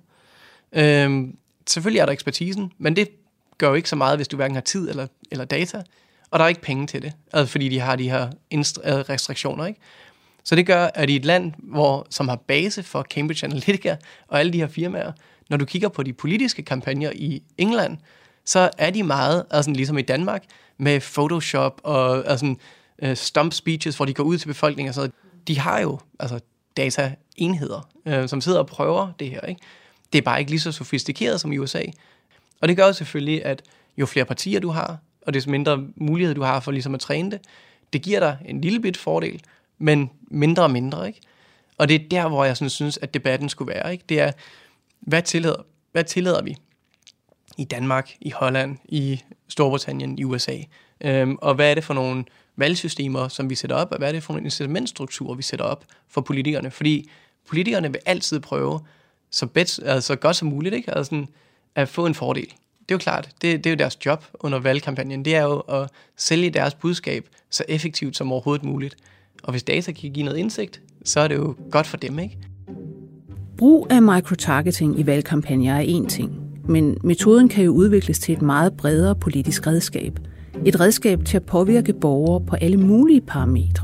Speaker 5: Øhm, selvfølgelig er der ekspertisen, men det gør jo ikke så meget, hvis du hverken har tid eller, eller data, og der er ikke penge til det, altså fordi de har de her inst- restriktioner, ikke? Så det gør, at i et land, hvor, som har base for Cambridge Analytica og alle de her firmaer, når du kigger på de politiske kampagner i England, så er de meget, altså ligesom i Danmark, med Photoshop og altså, uh, stump speeches, hvor de går ud til befolkningen og sådan noget. De har jo altså, dataenheder, uh, som sidder og prøver det her, ikke? Det er bare ikke lige så sofistikeret som i U S A. Og det gør jo selvfølgelig, at jo flere partier du har, og desto mindre mulighed du har for ligesom at træne det, det giver dig en lille bit fordel, men mindre og mindre, ikke? Og det er der, hvor jeg sådan synes, at debatten skulle være, ikke? Det er, hvad tillader, hvad tillader vi i Danmark, i Holland, i Storbritannien, i U S A? Øhm, og hvad er det for nogle valgsystemer, som vi sætter op, og hvad er det for nogle incitamentstrukturer, vi sætter op for politikerne? Fordi politikerne vil altid prøve så, bet, altså, så godt som muligt, ikke? Altså sådan, at få en fordel. Det er jo klart, det, det er jo deres job under valgkampagnen. Det er jo at sælge deres budskab så effektivt som overhovedet muligt. Og hvis data kan give noget indsigt, så er det jo godt for dem, ikke?
Speaker 1: Brug af microtargeting i valgkampagner er én ting, men metoden kan jo udvikles til et meget bredere politisk redskab. Et redskab til at påvirke borgere på alle mulige parametre.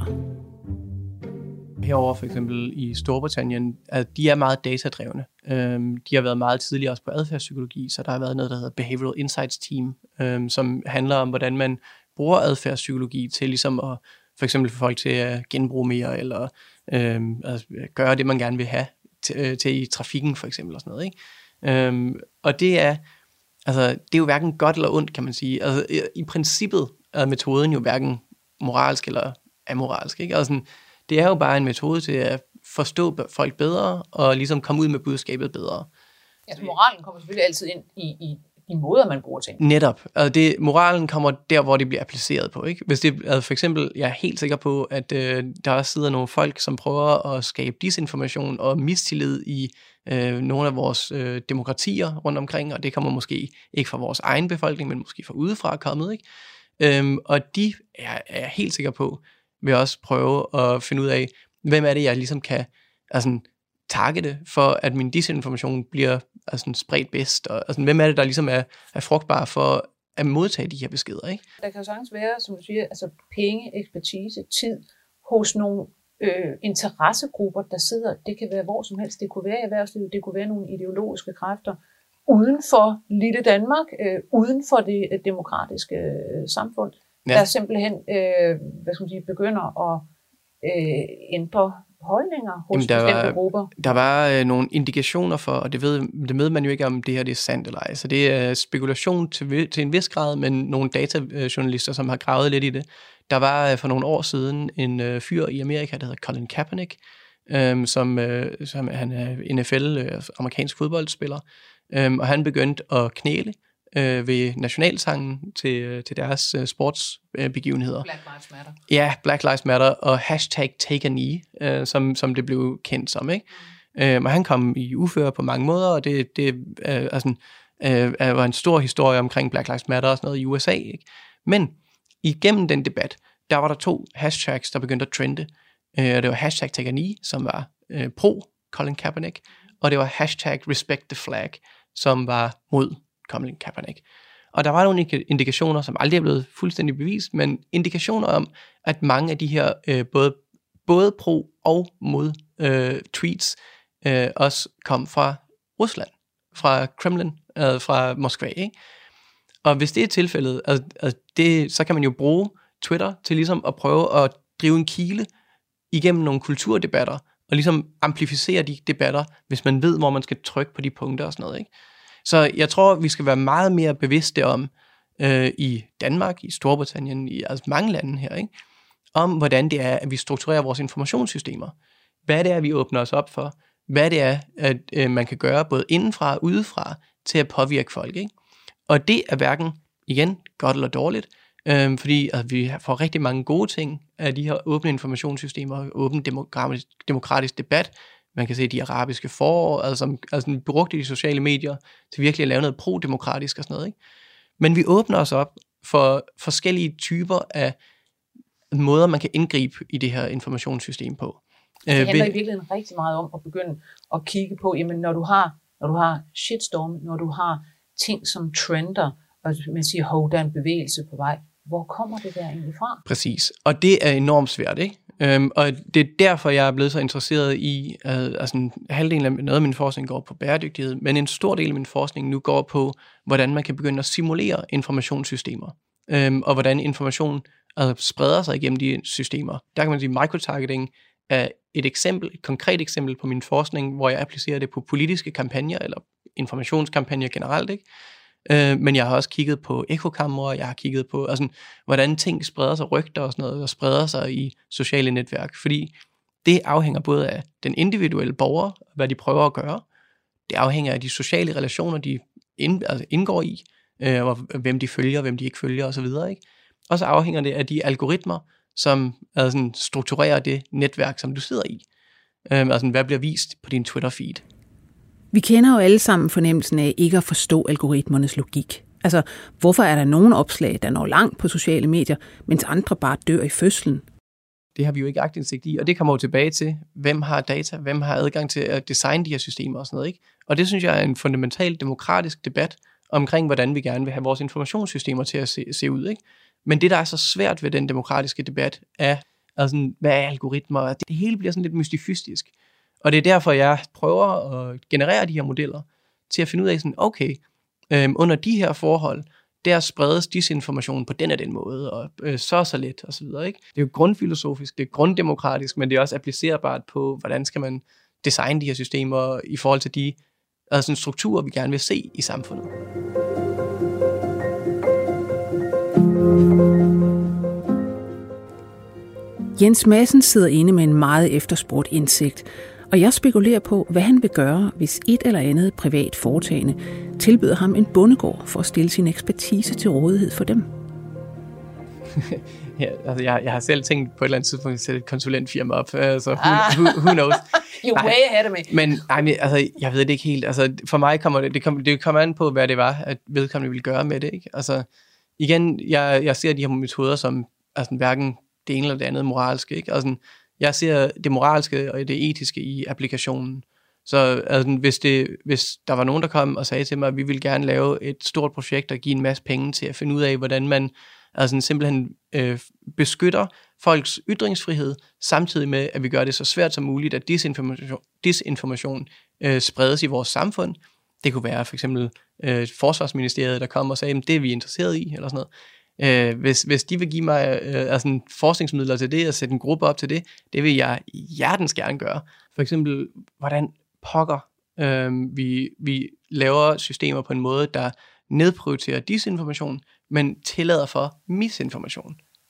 Speaker 5: Herover for eksempel i Storbritannien, at de er meget datadrevne. De har været meget tidligere også på adfærdspsykologi, så der har været noget, der hedder Behavioral Insights Team, som handler om, hvordan man bruger adfærdspsykologi til ligesom at for eksempel få folk til at genbruge mere, eller øhm, altså, gøre det, man gerne vil have til, til i trafikken, for eksempel, og sådan noget, ikke? Øhm, og det er, altså, det er jo hverken godt eller ondt, kan man sige. Altså, i, i princippet er metoden jo hverken moralsk eller amoralsk, ikke? Altså, det er jo bare en metode til at forstå folk bedre, og ligesom komme ud med budskabet bedre.
Speaker 7: Altså, moralen kommer selvfølgelig altid ind i, i de måder, man bruger ting.
Speaker 5: Netop. Altså det, moralen kommer der, hvor det bliver appliceret på, ikke? Hvis det, altså for eksempel, jeg er helt sikker på, at øh, der også sidder nogle folk, som prøver at skabe disinformation og mistillid i øh, nogle af vores øh, demokratier rundt omkring, og det kommer måske ikke fra vores egen befolkning, men måske fra udefra kommet, ikke? Øhm, og de er, er jeg helt sikker på, vil også prøve at finde ud af, hvem er det, jeg ligesom kan altså, targete for, at min disinformation bliver altså, spredt bedst, og altså, hvem er det, der ligesom er, er frugtbar for at modtage de her beskeder, ikke?
Speaker 7: Der kan jo sagtens være, som du siger, altså penge, ekspertise, tid hos nogle øh, interessegrupper, der sidder, det kan være hvor som helst, det kunne være i erhvervslivet, det kunne være nogle ideologiske kræfter uden for lille Danmark, øh, uden for det øh, demokratiske øh, samfund, ja. Der simpelthen øh, hvad skal man sige, begynder at øh, ændre holdninger hos Jamen, der bestemte
Speaker 5: var, grupper. Der var øh, nogle indikationer for, og det ved, det ved man jo ikke, om det her det er sandt eller ej. Så det er spekulation til, til en vis grad, men nogle datajournalister, som har gravet lidt i det, Der var øh, for nogle år siden en øh, fyr i Amerika, der hedder Colin Kaepernick, øh, som, øh, som han er N F L, øh, amerikansk fodboldspiller, øh, og han begyndte at knæle øh, ved nationalsangen til, til deres øh, sportsbegivenheder. Øh,
Speaker 7: Black Lives Matter.
Speaker 5: Ja, Black Lives Matter og hashtag take a knee, øh, som, som det blev kendt som, ikke? Øh, og han kom i uføre på mange måder, og det, det øh, altså, øh, var en stor historie omkring Black Lives Matter og sådan noget i U S A, ikke? Men igennem den debat, der var der to hashtags, der begyndte at trende. Øh, det var hashtag take a knee, som var øh, pro Colin Kaepernick, og det var hashtag respect the flag, som var mod Colin Kaepernick. Og der var nogle indikationer, som aldrig er blevet fuldstændig bevist, men indikationer om, at mange af de her øh, både, både pro og mod øh, tweets øh, også kom fra Rusland, fra Kremlin, øh, fra Moskva, ikke? Og hvis det er tilfældet, altså, altså det, så kan man jo bruge Twitter til ligesom at prøve at drive en kile igennem nogle kulturdebatter, og ligesom amplificere de debatter, hvis man ved, hvor man skal trykke på de punkter og sådan noget, ikke? Så jeg tror, vi skal være meget mere bevidste om, øh, i Danmark, i Storbritannien, i altså mange lande her, ikke? Om hvordan det er, at vi strukturerer vores informationssystemer. Hvad det er, vi åbner os op for. Hvad det er, at øh, man kan gøre både indenfra og udefra til at påvirke folk, ikke? Og det er hverken, igen, godt eller dårligt, øh, fordi altså, vi får rigtig mange gode ting af de her åbne informationssystemer, åben demokratisk, demokratisk debat. Man kan se de arabiske forår, altså, altså brugt i de sociale medier til virkelig at lave noget pro-demokratisk og sådan noget, ikke? Men vi åbner os op for forskellige typer af måder, man kan indgribe i det her informationssystem på.
Speaker 7: Det handler i virkeligheden rigtig meget om at begynde at kigge på, jamen når du har, når du har shitstorm, når du har ting som trender, og man siger, hov, der er en bevægelse på vej. Hvor kommer det der egentlig fra?
Speaker 5: Præcis, og det er enormt svært, ikke? Øhm, og det er derfor, jeg er blevet så interesseret i, øh, altså halvdelen af noget af min forskning går på bæredygtighed, men en stor del af min forskning nu går på, hvordan man kan begynde at simulere informationssystemer, øhm, og hvordan information altså, spreder sig igennem de systemer. Der kan man sige, microtargeting er et eksempel, et konkret eksempel på min forskning, hvor jeg applicerer det på politiske kampagner, eller informationskampagner generelt, ikke? Øh, men jeg har også kigget på ekokamre, jeg har kigget på, altså, hvordan ting spreder sig, rygter og sådan noget, og spreder sig i sociale netværk, fordi det afhænger både af den individuelle borger, hvad de prøver at gøre, det afhænger af de sociale relationer, de ind, altså indgår i, øh, og hvem de følger, hvem de ikke følger osv., ikke? Og så afhænger det af de algoritmer, som altså, strukturerer det netværk, som du sidder i. Øh, altså, hvad bliver vist på din Twitter-feed?
Speaker 1: Vi kender jo alle sammen fornemmelsen af ikke at forstå algoritmernes logik. Altså, hvorfor er der nogle opslag, der når langt på sociale medier, mens andre bare dør i fødslen?
Speaker 5: Det har vi jo ikke aktindsigt i, og det kommer jo tilbage til, hvem har data, hvem har adgang til at designe de her systemer og sådan noget, ikke? Og det synes jeg er en fundamental demokratisk debat omkring, hvordan vi gerne vil have vores informationssystemer til at se, se ud, ikke? Men det, der er så svært ved den demokratiske debat, er, altså, hvad er algoritmer? Det hele bliver sådan lidt mystifistisk. Og det er derfor, jeg prøver at generere de her modeller til at finde ud af, sådan, okay, øhm, under de her forhold, der spredes disinformation på den og den måde, og øh, så så lidt, og så videre, ikke? Det er jo grundfilosofisk, det er grunddemokratisk, men det er også applicerbart på, hvordan skal man designe de her systemer i forhold til de altså, strukturer, vi gerne vil se i samfundet.
Speaker 1: Jens Madsen sidder inde med en meget efterspurgt indsigt, og jeg spekulerer på, hvad han vil gøre, hvis et eller andet privat foretagende tilbyder ham en bondegård for at stille sin ekspertise til rådighed for dem.
Speaker 5: ja, altså jeg, jeg har selv tænkt på et eller andet tidspunkt at sætte et konsulentfirma op, så altså, who, who, who knows?
Speaker 7: You're way ahead of me.
Speaker 5: Men ej, altså, jeg ved det ikke helt. Altså, for mig kommer det, det, kom, det kommer an på, hvad det var, at vedkommende ville gøre med det, ikke? Altså, igen, jeg, jeg ser de her metoder som altså, hverken det ene eller det andet moralske, ikke? Altså, jeg ser det moralske og det etiske i applikationen. Så altså, hvis, det, hvis der var nogen, der kom og sagde til mig, at vi vil gerne lave et stort projekt og give en masse penge til at finde ud af, hvordan man altså, simpelthen øh, beskytter folks ytringsfrihed, samtidig med, at vi gør det så svært som muligt, at disinformation, disinformation øh, spredes i vores samfund. Det kunne være for eksempel øh, Forsvarsministeriet, der kom og sagde, at det er vi interesseret i, eller sådan noget. Øh, hvis, hvis de vil give mig øh, altså forskningsmidler til det, og sætte en gruppe op til det, det vil jeg hjertens gerne gøre. For eksempel, hvordan pokker øh, vi, vi laver systemer på en måde, der nedprioriterer disinformation, men tillader for misinformation.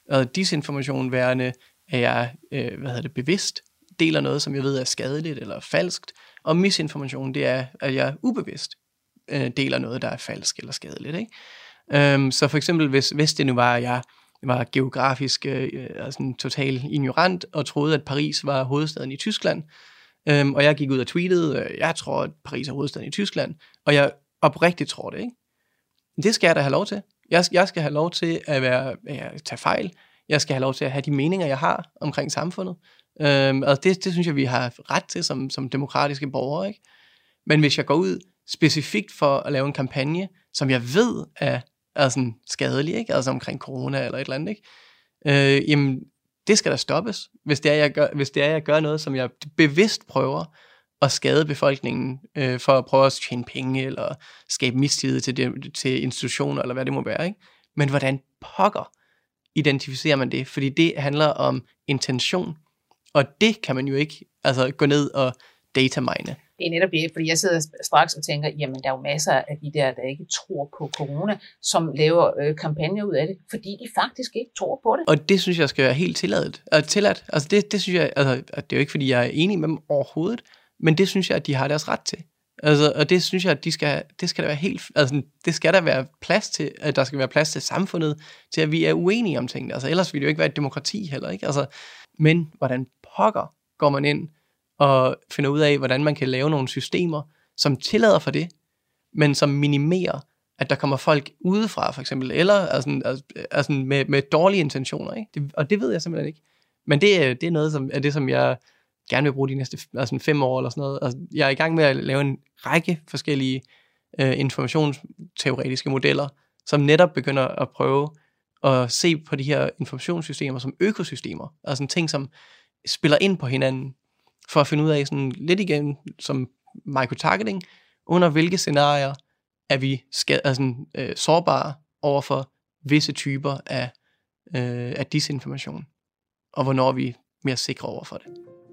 Speaker 5: Og disinformation værende, at jeg øh, hvad hedder det, bevidst deler noget, som jeg ved er skadeligt eller falskt. Og misinformation, det er, at jeg ubevidst øh, deler noget, der er falsk eller skadeligt. Ikke? Øhm, så for eksempel, hvis, hvis det nu var, at jeg var geografisk øh, altså totalt ignorant og troede, at Paris var hovedstaden i Tyskland, øhm, og jeg gik ud og tweetede, øh, jeg tror, at Paris er hovedstaden i Tyskland, og jeg oprigtigt tror det, ikke? Det skal jeg da have lov til. Jeg, jeg skal have lov til at være, at tage fejl. Jeg skal have lov til at have de meninger, jeg har omkring samfundet. Øhm, og det, det synes jeg, vi har ret til som, som demokratiske borgere, ikke? Men hvis jeg går ud specifikt for at lave en kampagne, som jeg ved er, er sådan skadelig, ikke? Altså omkring corona eller et eller andet, ikke? Øh, jamen, det skal da stoppes, hvis det er, jeg gør, hvis det er, jeg gør noget, som jeg bevidst prøver at skade befolkningen øh, for at prøve at tjene penge eller skabe mistillid til, det, til institutioner eller hvad det må være, ikke? Men hvordan pokker identificerer man det? Fordi det handler om intention, og det kan man jo ikke altså gå ned og datamine.
Speaker 7: Det er netop det, fordi jeg sidder straks og tænker, jamen der er jo masser af de der, der ikke tror på corona, som laver øh, kampagner ud af det, fordi de faktisk ikke tror på det.
Speaker 5: Og det synes jeg skal være helt tilladt. Altså, tilladt. Altså det, det synes jeg, altså, det er jo ikke fordi jeg er enig med dem overhovedet, men det synes jeg, at de har deres ret til. Altså, og det synes jeg, at de skal, det skal der være helt, altså det skal der være plads til, at der skal være plads til samfundet, til at vi er uenige om tingene. Altså ellers ville det jo ikke være et demokrati heller, ikke? Altså, men hvordan pokker går man ind og finder ud af, hvordan man kan lave nogle systemer, som tillader for det, men som minimerer, at der kommer folk udefra, for eksempel, eller altså, altså med, med dårlige intentioner, ikke? Det, og det ved jeg simpelthen ikke. Men det, det er noget, som er det, som jeg gerne vil bruge de næste altså fem år eller sådan noget. Altså, jeg er i gang med at lave en række forskellige øh, informationsteoretiske modeller, som netop begynder at prøve at se på de her informationssystemer som økosystemer, altså en ting, som spiller ind på hinanden, for at finde ud af sådan lidt igen som microtargeting, under hvilke scenarier er vi skad, altså, øh, sårbare over for visse typer af, øh, af disinformation, og hvornår er vi mere sikre over for det.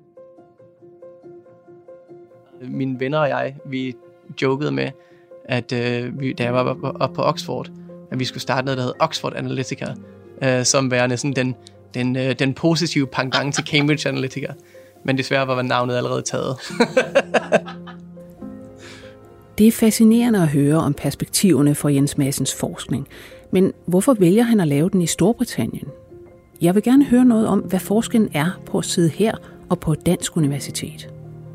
Speaker 5: Mine venner og jeg, vi jokede med, at øh, vi, da jeg var oppe på Oxford, at vi skulle starte noget, der hed Oxford Analytica, øh, som værende sådan den, den, øh, den positive pendant til Cambridge Analytica. Men desværre var navnet allerede taget.
Speaker 1: Det er fascinerende at høre om perspektiverne for Jens Madsens forskning. Men hvorfor vælger han at lave den i Storbritannien? Jeg vil gerne høre noget om, hvad forskellen er på at sidde her og på et dansk universitet.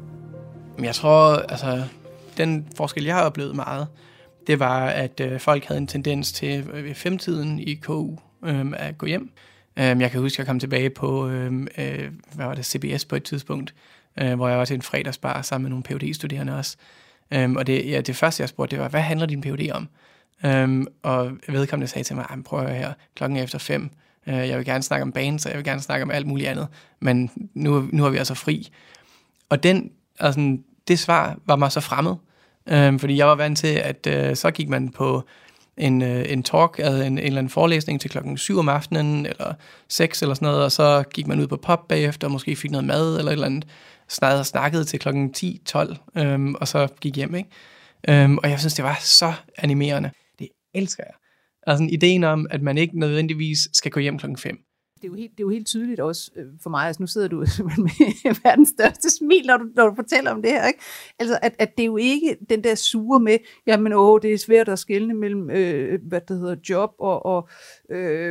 Speaker 5: Jeg tror, altså, den forskel, jeg har oplevet meget, det var, at øh, folk havde en tendens til ved femtiden i K U øh, at gå hjem. Jeg kan huske, at jeg kom tilbage på øh, øh, hvad var det, C B S på et tidspunkt, øh, hvor jeg var til en fredagsbar sammen med nogle P H D-studerende også. Um, og det, ja, det første, jeg spurgte, det var, hvad handler din P H D om? Um, og vedkommende sagde til mig, prøv at høre her, klokken er efter fem. Uh, jeg vil gerne snakke om bands, og jeg vil gerne snakke om alt muligt andet. Men nu, nu er vi altså fri. Og den, altså, det svar var mig så fremmed. Um, fordi jeg var vant til, at uh, så gik man på en, uh, en talk, altså en, en eller anden forelæsning til klokken syv om aftenen, eller seks eller sådan noget, og så gik man ud på pub bagefter, og måske fik noget mad, eller et eller andet. Snakkede, snakkede til klokken ti tolv, øhm, og så gik hjem, ikke? Øhm, og jeg synes, det var så animerende. Det elsker jeg. Altså ideen om, at man ikke nødvendigvis skal gå hjem klokken fem.
Speaker 2: Det er jo helt, det er jo helt tydeligt også for mig, altså nu sidder du med verdens største smil, når du, når du fortæller om det her, ikke? Altså, at, at det er jo ikke den der sure med, jamen åh, det er svært at skelne mellem, øh, hvad det hedder, job og, og øh,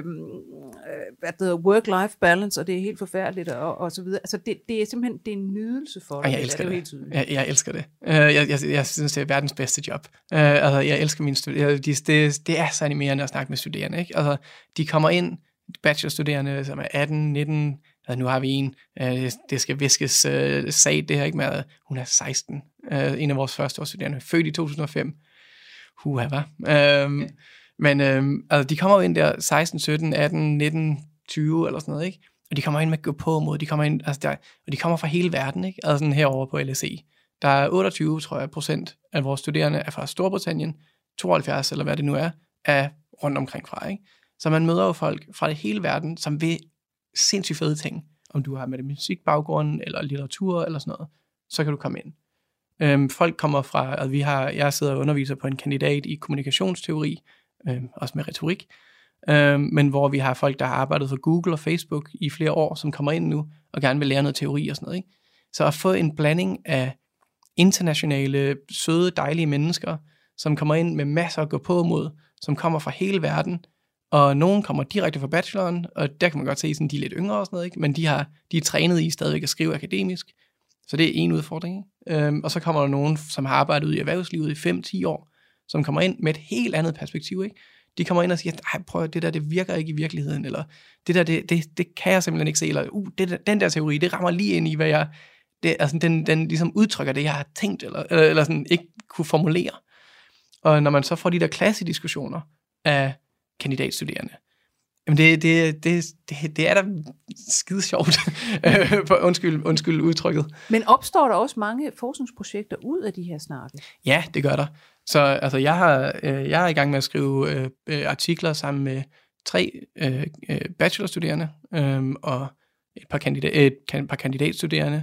Speaker 2: hvad det hedder, work-life balance, og det er helt forfærdeligt, og, og så videre. Altså, det, det er simpelthen, det er en nydelse for dig.
Speaker 5: Jeg elsker det.
Speaker 2: Det er jo helt tydeligt.
Speaker 5: Jeg, jeg elsker det. Uh, jeg, jeg, jeg synes, det er verdens bedste job. Uh, altså, jeg elsker mine studerende. De, det, det er så animerende at snakke med studerende, ikke? Altså, de kommer ind, bachelorstuderende, som er atten, nitten, altså nu har vi en, øh, det skal viskes øh, sag, det her ikke med, hun er seksten, øh, en af vores første årsstuderende, født i to tusind og fem, huha, hva? Øhm, okay. Men øh, altså, de kommer jo ind der seksten, sytten, atten, nitten, tyve eller sådan noget, ikke? Og de kommer ind med gå på mod, de kommer ind, altså der, og de kommer fra hele verden, ikke? Altså sådan herovre på L S E. Der er otteogtyve, tror jeg, procent af vores studerende er fra Storbritannien, tooghalvfjerds eller hvad det nu er, er rundt omkring fra, ikke? Så man møder jo folk fra det hele verden, som vil sindssygt fede ting. Om du har med det musikbaggrund, eller litteratur, eller sådan noget, så kan du komme ind. Øhm, folk kommer fra, altså vi har, jeg sidder og underviser på en kandidat i kommunikationsteori, øhm, også med retorik, øh, men hvor vi har folk, der har arbejdet for Google og Facebook i flere år, som kommer ind nu og gerne vil lære noget teori og sådan noget. Ikke? Så at få en blanding af internationale, søde, dejlige mennesker, som kommer ind med masser at gå på mod, som kommer fra hele verden, og nogen kommer direkte fra bacheloren, og der kan man godt se, at de er lidt yngre og sådan noget, ikke? Men de, har, de er trænet i stadigvæk at skrive akademisk, så det er en udfordring. Ikke? Øhm, og så kommer der nogen, som har arbejdet ude i erhvervslivet i fem til ti år, som kommer ind med et helt andet perspektiv. Ikke? De kommer ind og siger, nej, prøv, det der, det virker ikke i virkeligheden, eller det der, det, det, det kan jeg simpelthen ikke se, eller uh, det der, den der teori, det rammer lige ind i, hvad jeg, det, altså, den, den ligesom udtrykker det, jeg har tænkt, eller, eller, eller sådan ikke kunne formulere. Og når man så får de der klassediskussioner af kandidatstuderende, jamen det, det, det, det, det er da skide sjovt, undskyld, undskyld udtrykket.
Speaker 2: Men opstår der også mange forskningsprojekter ud af de her snakke?
Speaker 5: Ja, det gør der. Så altså, jeg, har, øh, jeg er i gang med at skrive øh, artikler sammen med tre øh, bachelorstuderende øh, og et par, kandida- et par kandidatstuderende.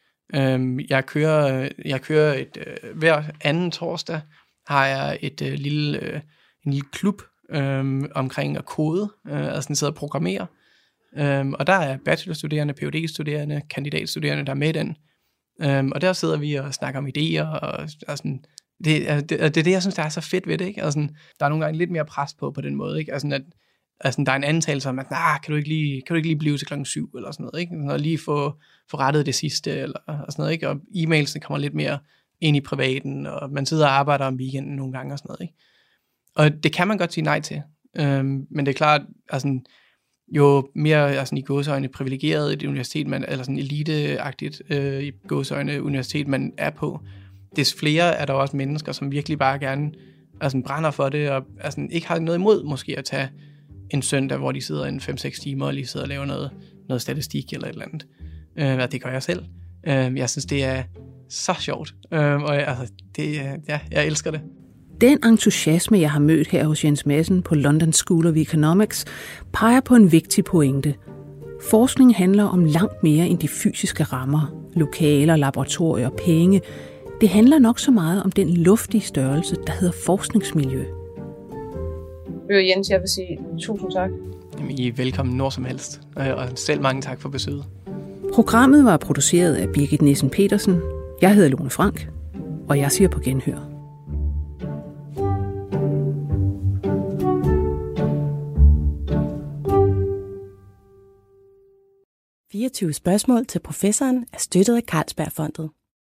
Speaker 5: Øh, jeg kører, jeg kører et, øh, hver anden torsdag har jeg et øh, lille, øh, en lille klub øh, omkring at kode, øh, altså den sidder og programmerer. Øh, og der er bachelorstuderende, P H D-studerende, kandidatstuderende, der er med i den. Øh, og der sidder vi og snakker om idéer, og, og sådan, det, det, det er det, jeg synes, der er så fedt ved det. Ikke? Altså, der er nogle gange lidt mere pres på på den måde. Ikke? Altså, at, altså, der er en antagelse om, at nah, kan, du ikke lige, kan du ikke lige blive til klokken syv, eller sådan noget. Ikke? Og lige få, få rettet det sidste, eller og sådan noget. Ikke? Og e-mailsene kommer lidt mere ind i privaten, og man sidder og arbejder om weekenden nogle gange og sådan noget, ikke? Og det kan man godt sige nej til. Øhm, men det er klart, altså, jo mere altså, i gåseøjne privilegeret et universitet, man, eller sådan eliteagtigt øh, i gåseøjne universitet, man er på, des flere er der også mennesker, som virkelig bare gerne altså, brænder for det, og altså, ikke har noget imod måske at tage en søndag, hvor de sidder en fem seks timer, og lige sidder og laver noget, noget statistik eller et eller andet. Øh, og det gør jeg selv. Øh, jeg synes, det er så sjovt, øh, og altså, det, ja, jeg elsker det.
Speaker 1: Den entusiasme, jeg har mødt her hos Jens Madsen på London School of Economics, peger på en vigtig pointe. Forskning handler om langt mere end de fysiske rammer, lokaler, laboratorier og penge. Det handler nok så meget om den luftige størrelse, der hedder forskningsmiljø.
Speaker 7: Øh, Jens, jeg vil sige tusind tak.
Speaker 5: Jamen, I er velkommen når som helst, og selv mange tak for besøget.
Speaker 1: Programmet var produceret af Birgit Nissen Petersen. Jeg hedder Lone Frank, og jeg siger på genhør.
Speaker 8: fireogtyve spørgsmål til professoren er støttet af Carlsbergfondet.